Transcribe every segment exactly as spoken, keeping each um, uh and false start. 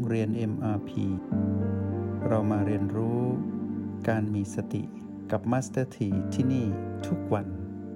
เรียน เอ็ม อาร์ พี เรามาเรียนรู้การมีสติกับ Master T ที่ที่นี่ทุกวัน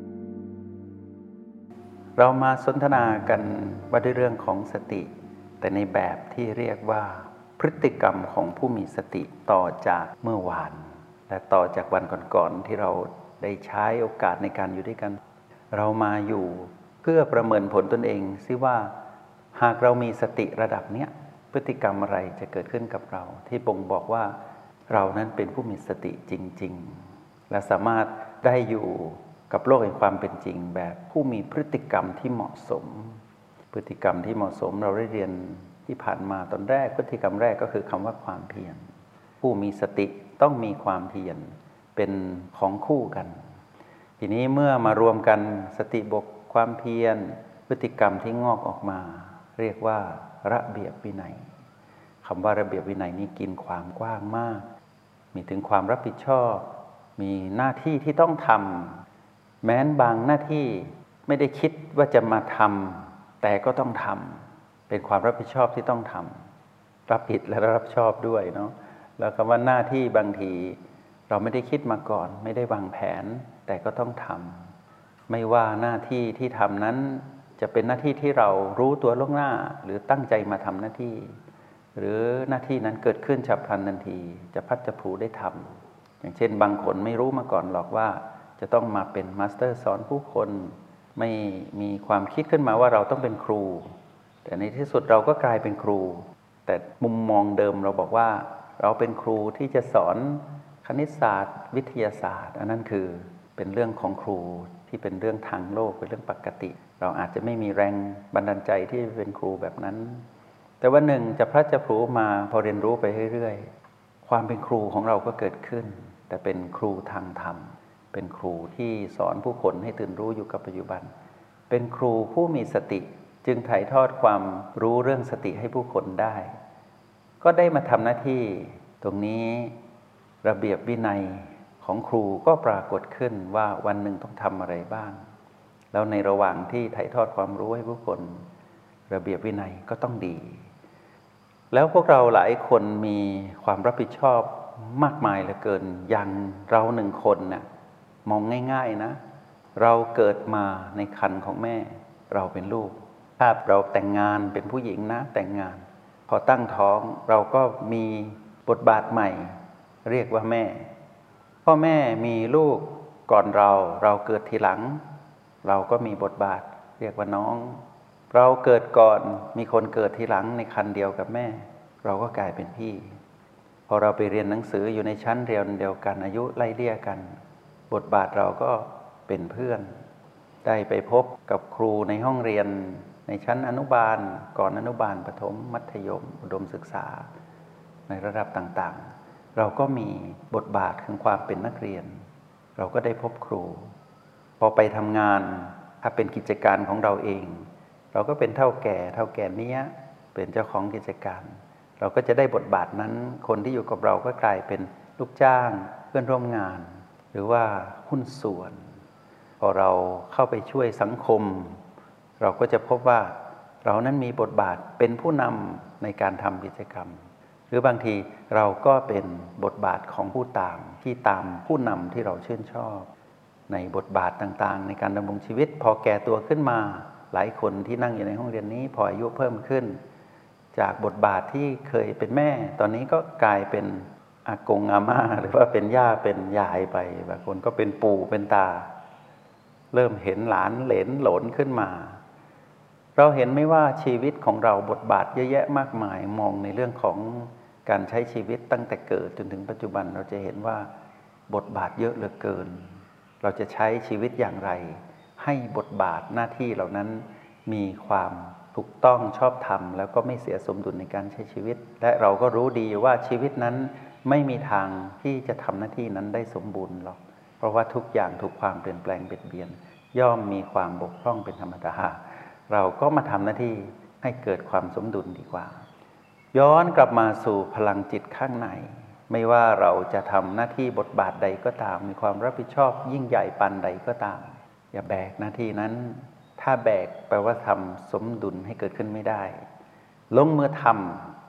เรามาสนทนากันว่าด้วยเรื่องของสติแต่ในแบบที่เรียกว่าพฤติกรรมของผู้มีสติต่อจากเมื่อวานและต่อจากวันก่อนๆที่เราได้ใช้โอกาสในการอยู่ด้วยกันเรามาอยู่เพื่อประเมินผลตนเองซิว่าหากเรามีสติระดับเนี้ยพฤติกรรมอะไรจะเกิดขึ้นกับเราที่บ่งบอกว่าเรานั้นเป็นผู้มีสติจริงๆและสามารถได้อยู่กับโลกแห่งความเป็นจริงแบบผู้มีพฤติกรรมที่เหมาะสมพฤติกรรมที่เหมาะสมเราได้เรียนที่ผ่านมาตอนแรกพฤติกรรมแรกก็คือคำว่าความเพียรผู้มีสติต้องมีความเพียรเป็นของคู่กันทีนี้เมื่อมารวมกันสติบวกความเพียรพฤติกรรมที่งอกออกมาเรียกว่าระเบียบวินัยคำว่าระเบียบวินัยนี้กินความกว้างมากมีถึงความรับผิดชอบมีหน้าที่ที่ต้องทำแม้นบางหน้าที่ไม่ได้คิดว่าจะมาทำแต่ก็ต้องทำเป็นความรับผิดชอบที่ต้องทำรับผิดและรับชอบด้วยเนาะแล้วคำว่าหน้าที่บางทีเราไม่ได้คิดมาก่อนไม่ได้วางแผนแต่ก็ต้องทำไม่ว่าหน้าที่ที่ทำนั้นจะเป็นหน้าที่ที่เรารู้ตัวล่วงหน้าหรือตั้งใจมาทำหน้าที่หรือหน้าที่นั้นเกิดขึ้นฉับพลันทันทีจะพัดจะผูได้ทำอย่างเช่นบางคนไม่รู้มาก่อนหรอกว่าจะต้องมาเป็นมาสเตอร์สอนผู้คนไม่มีความคิดขึ้นมาว่าเราต้องเป็นครูแต่ในที่สุดเราก็กลายเป็นครูแต่มุมมองเดิมเราบอกว่าเราเป็นครูที่จะสอนคณิตศาสตร์วิทยาศาสตร์อันนั้นคือเป็นเรื่องของครูที่เป็นเรื่องทางโลกเป็นเรื่องปกติเราอาจจะไม่มีแรงบันดาลใจที่เป็นครูแบบนั้นแต่วันหนึ่งจะพลัดจะผลูมาพอเรียนรู้ไปเรื่อยๆความเป็นครูของเราก็เกิดขึ้นแต่เป็นครูทางธรรมเป็นครูที่สอนผู้คนให้ตื่นรู้อยู่กับปัจจุบันเป็นครูผู้มีสติจึงถ่ายทอดความรู้เรื่องสติให้ผู้คนได้ก็ได้มาทำหน้าที่ตรงนี้ระเบียบวินัยของครูก็ปรากฏขึ้นว่าวันหนึ่งต้องทำอะไรบ้างแล้วในระหว่างที่ถ่ายทอดความรู้ให้ผู้คนระเบียบวินัยก็ต้องดีแล้วพวกเราหลายคนมีความรับผิดชอบมากมายเหลือเกินอย่างเราหนึ่งคนน่ะมองง่ายๆนะเราเกิดมาในครรภ์ของแม่เราเป็นลูกถ้าเราแต่งงานเป็นผู้หญิงนะแต่งงานพอตั้งท้องเราก็มีบทบาทใหม่เรียกว่าแม่พ่อแม่มีลูกก่อนเราเราเกิดทีหลังเราก็มีบทบาทเรียกว่าน้องเราเกิดก่อนมีคนเกิดทีหลังในครรภ์เดียวกับแม่เราก็กลายเป็นพี่พอเราไปเรียนหนังสืออยู่ในชั้นเรียนเดียวกันอายุไล่เลี่ยกันบทบาทเราก็เป็นเพื่อนได้ไปพบกับครูในห้องเรียนในชั้นอนุบาลก่อนอนุบาลประถมมัธยมอุดมศึกษาในระดับต่างๆเราก็มีบทบาทของความเป็นนักเรียนเราก็ได้พบครูพอไปทำงานถ้าเป็นกิจการของเราเองเราก็เป็นเท่าแก่เท่าแก่เนี้ยเป็นเจ้าของกิจการเราก็จะได้บทบาทนั้นคนที่อยู่กับเราก็กลายเป็นลูกจ้างเพื่อนร่วมงานหรือว่าหุ้นส่วนพอเราเข้าไปช่วยสังคมเราก็จะพบว่าเรานั้นมีบทบาทเป็นผู้นำในการทำกิจกรรมหรือบางทีเราก็เป็นบทบาทของผู้ตามที่ตามผู้นำที่เราชื่นชอบในบทบาทต่างๆในการดำรงชีวิตพอแก่ตัวขึ้นมาหลายคนที่นั่งอยู่ในห้องเรียนนี้พออายุเพิ่มขึ้นจากบทบาทที่เคยเป็นแม่ตอนนี้ก็กลายเป็นอากงอาม่าหรือว่าเป็นย่าเป็นยายไปบางคนก็เป็นปู่เป็นตาเริ่มเห็นหลานเหลนโหลนขึ้นมาเราเห็นไหมว่าชีวิตของเราบทบาทเยอะแยะมากมายมองในเรื่องของการใช้ชีวิตตั้งแต่เกิดจนถึงปัจจุบันเราจะเห็นว่าบทบาทเยอะเหลือเกินเราจะใช้ชีวิตอย่างไรให้บทบาทหน้าที่เหล่านั้นมีความถูกต้องชอบธรรมแล้วก็ไม่เสียสมดุลในการใช้ชีวิตและเราก็รู้ดีว่าชีวิตนั้นไม่มีทางที่จะทำหน้าที่นั้นได้สมบูรณ์หรอกเพราะว่าทุกอย่างถูกความเปลี่ยนแปลงเบียดเบียนย่อมมีความบกพร่องเป็นธรรมดาเราก็มาทำหน้าที่ให้เกิดความสมดุลดีกว่าย้อนกลับมาสู่พลังจิตข้างในไม่ว่าเราจะทำหน้าที่บทบาทใดก็ตามมีความรับผิดชอบยิ่งใหญ่ปานใดก็ตามอย่าแบกหน้าที่นั้นถ้าแบกแปลว่าทำสมดุลให้เกิดขึ้นไม่ได้ลงมือท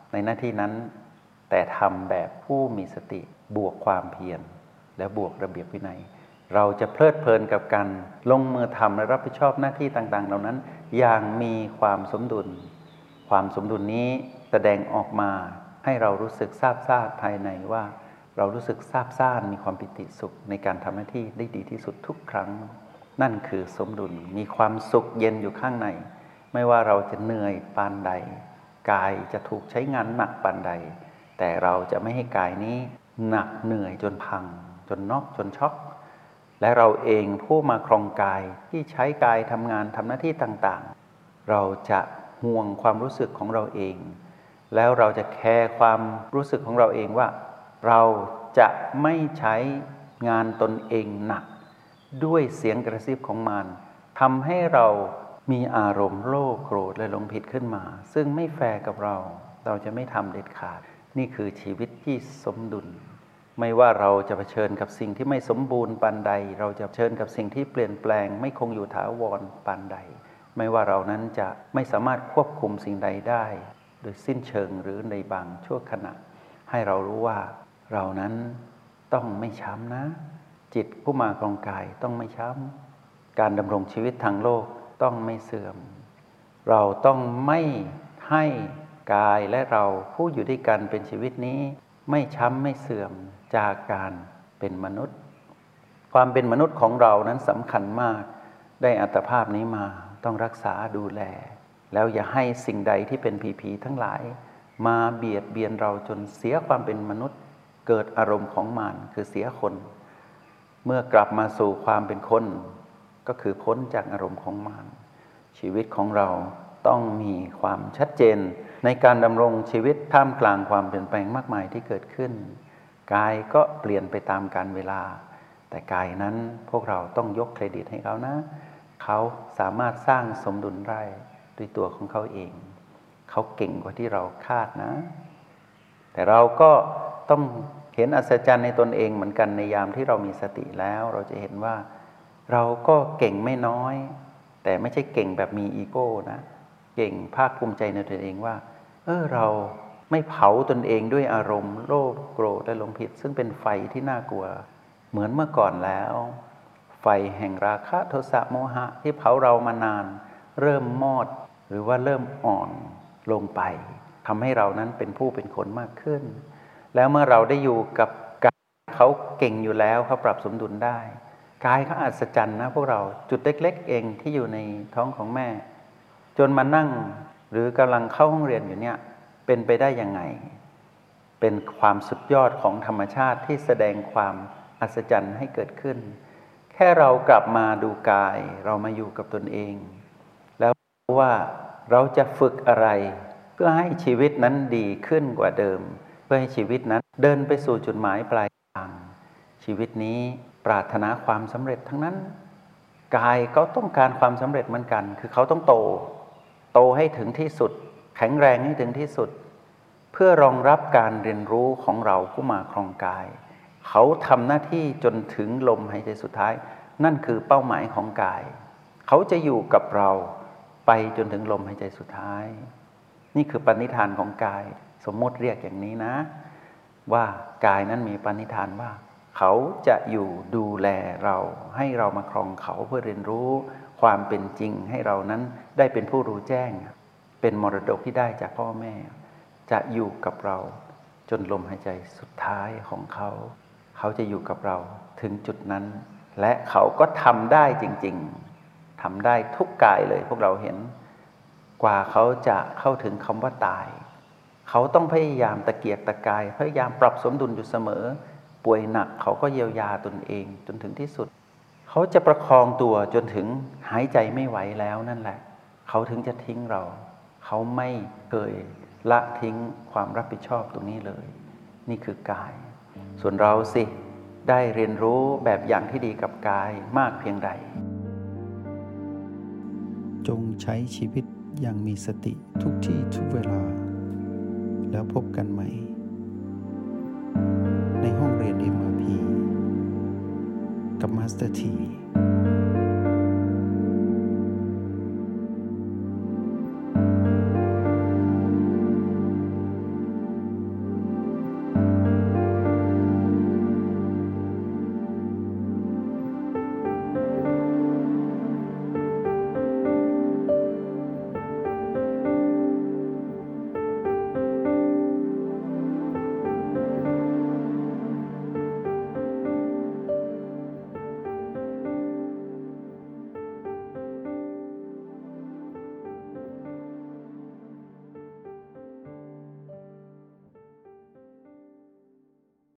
ในหน้าที่นั้นแต่ทำแบบผู้มีสติบวกความเพียรและบวกระเบียบวินัยเราจะเพลิดเพลินกับการลงมือทำและรับผิดชอบหน้าที่ต่างๆเหล่านั้นอย่างมีความสมดุลความสมดุลนี้แสดงออกมาให้เรารู้สึกซาบซ่านภายในว่าเรารู้สึกซาบซ่านมีความปิติสุขในการทำหน้าที่ได้ดีที่สุดทุกครั้งนั่นคือสมดุลมีความสุขเย็นอยู่ข้างในไม่ว่าเราจะเหนื่อยปานใดกายจะถูกใช้งานหนักปานใดแต่เราจะไม่ให้กายนี้หนักเหนื่อยจนพังจนน็อกจนช็อกและเราเองผู้มาครองกายที่ใช้กายทำงานทำหน้าที่ต่างๆเราจะห่วงความรู้สึกของเราเองแล้วเราจะแคร์ความรู้สึกของเราเองว่าเราจะไม่ใช้งานตนเองหนักด้วยเสียงกระซิบของมารทำให้เรามีอารมณ์โลภโกรธและหลงผิดขึ้นมาซึ่งไม่แฟร์กับเราเราจะไม่ทำเด็ดขาดนี่คือชีวิตที่สมดุลไม่ว่าเราจะเผชิญกับสิ่งที่ไม่สมบูรณ์ปานใดเราจะเผชิญกับสิ่งที่เปลี่ยนแปลงไม่คงอยู่ถาวรปานใดไม่ว่าเรานั้นจะไม่สามารถควบคุมสิ่งใดได้โดยสิ้นเชิงหรือในบางชั่วขณะให้เรารู้ว่าเรานั้นต้องไม่ช้ำนะจิตผู้มาครองกายต้องไม่ช้ำการดำรงชีวิตทางโลกต้องไม่เสื่อมเราต้องไม่ให้กายและเราผู้อยู่ด้วยกันเป็นชีวิตนี้ไม่ช้ำไม่เสื่อมจากการเป็นมนุษย์ความเป็นมนุษย์ของเรานั้นสำคัญมากได้อัตภาพนี้มาต้องรักษาดูแลแล้วอย่าให้สิ่งใดที่เป็นผีๆทั้งหลายมาเบียดเบียนเราจนเสียความเป็นมนุษย์เกิดอารมณ์ของมารคือเสียคนเมื่อกลับมาสู่ความเป็นคนก็คือพ้นจากอารมณ์ของมารชีวิตของเราต้องมีความชัดเจนในการดำรงชีวิตท่ามกลางความเปลี่ยนแปลงมากมายที่เกิดขึ้นกายก็เปลี่ยนไปตามกาลเวลาแต่กายนั้นพวกเราต้องยกเครดิตให้เขานะเขาสามารถสร้างสมดุลได้ด้วยตัวของเขาเองเขาเก่งกว่าที่เราคาดนะแต่เราก็ต้องเห็นอัศจรรย์ในตนเองเหมือนกันในยามที่เรามีสติแล้วเราจะเห็นว่าเราก็เก่งไม่น้อยแต่ไม่ใช่เก่งแบบมีอีโก้นะเก่งภาคภูมิใจในตนเองว่าเออเราไม่เผาตนเองด้วยอารมณ์โลภโกรธและหลงผิดซึ่งเป็นไฟที่น่ากลัวเหมือนเมื่อก่อนแล้วไฟแห่งราคะโทสะโมหะที่เผาเรามานานเริ่มมอดหรือว่าเริ่มอ่อนลงไปทำให้เรานั้นเป็นผู้เป็นคนมากขึ้นแล้วเมื่อเราได้อยู่กับกายเขาเก่งอยู่แล้วเขาปรับสมดุลได้กายเขาอัศจรรย์นะพวกเราจุดเล็กๆเองที่อยู่ในท้องของแม่จนมานั่งหรือกำลังเข้าห้องเรียนอยู่เนี่ยเป็นไปได้ยังไงเป็นความสุดยอดของธรรมชาติที่แสดงความอัศจรรย์ให้เกิดขึ้นแค่เรากลับมาดูกายเรามาอยู่กับตนเองแล้วว่าเราจะฝึกอะไรเพื่อให้ชีวิตนั้นดีขึ้นกว่าเดิมเพื่อให้ชีวิตนั้นเดินไปสู่จุดหมายปลายทางชีวิตนี้ปรารถนาความสำเร็จทั้งนั้นกายก็ต้องการความสำเร็จเหมือนกันคือเขาต้องโตโตให้ถึงที่สุดแข็งแรงให้ถึงที่สุดเพื่อรองรับการเรียนรู้ของเราผู้มาครองกายเขาทำหน้าที่จนถึงลมหายใจสุดท้ายนั่นคือเป้าหมายของกายเขาจะอยู่กับเราไปจนถึงลมหายใจสุดท้ายนี่คือปณิธานของกายสมมติเรียกอย่างนี้นะว่ากายนั้นมีปณิธานว่าเขาจะอยู่ดูแลเราให้เรามาครองเขาเพื่อเรียนรู้ความเป็นจริงให้เรานั้นได้เป็นผู้รู้แจ้งเป็นมรดกที่ได้จากพ่อแม่จะอยู่กับเราจนลมหายใจสุดท้ายของเขาเขาจะอยู่กับเราถึงจุดนั้นและเขาก็ทำได้จริงๆทำได้ทุกกายเลยพวกเราเห็นกว่าเขาจะเข้าถึงคำว่าตายเขาต้องพยายามตะเกียกตะกายพยายามปรับสมดุลอยู่เสมอป่วยหนักเขาก็เยียวยาตนเองจนถึงที่สุดเขาจะประคองตัวจนถึงหายใจไม่ไหวแล้วนั่นแหละเขาถึงจะทิ้งเราเขาไม่เคยละทิ้งความรับผิดชอบตรงนี้เลยนี่คือกายส่วนเราสิได้เรียนรู้แบบอย่างที่ดีกับกายมากเพียงใดจงใช้ชีวิตอย่างมีสติทุกที่ทุกเวลาแล้วพบกันใหม่ในห้องเรียน เอ็ม อาร์ พี กับมาสเตอร์ที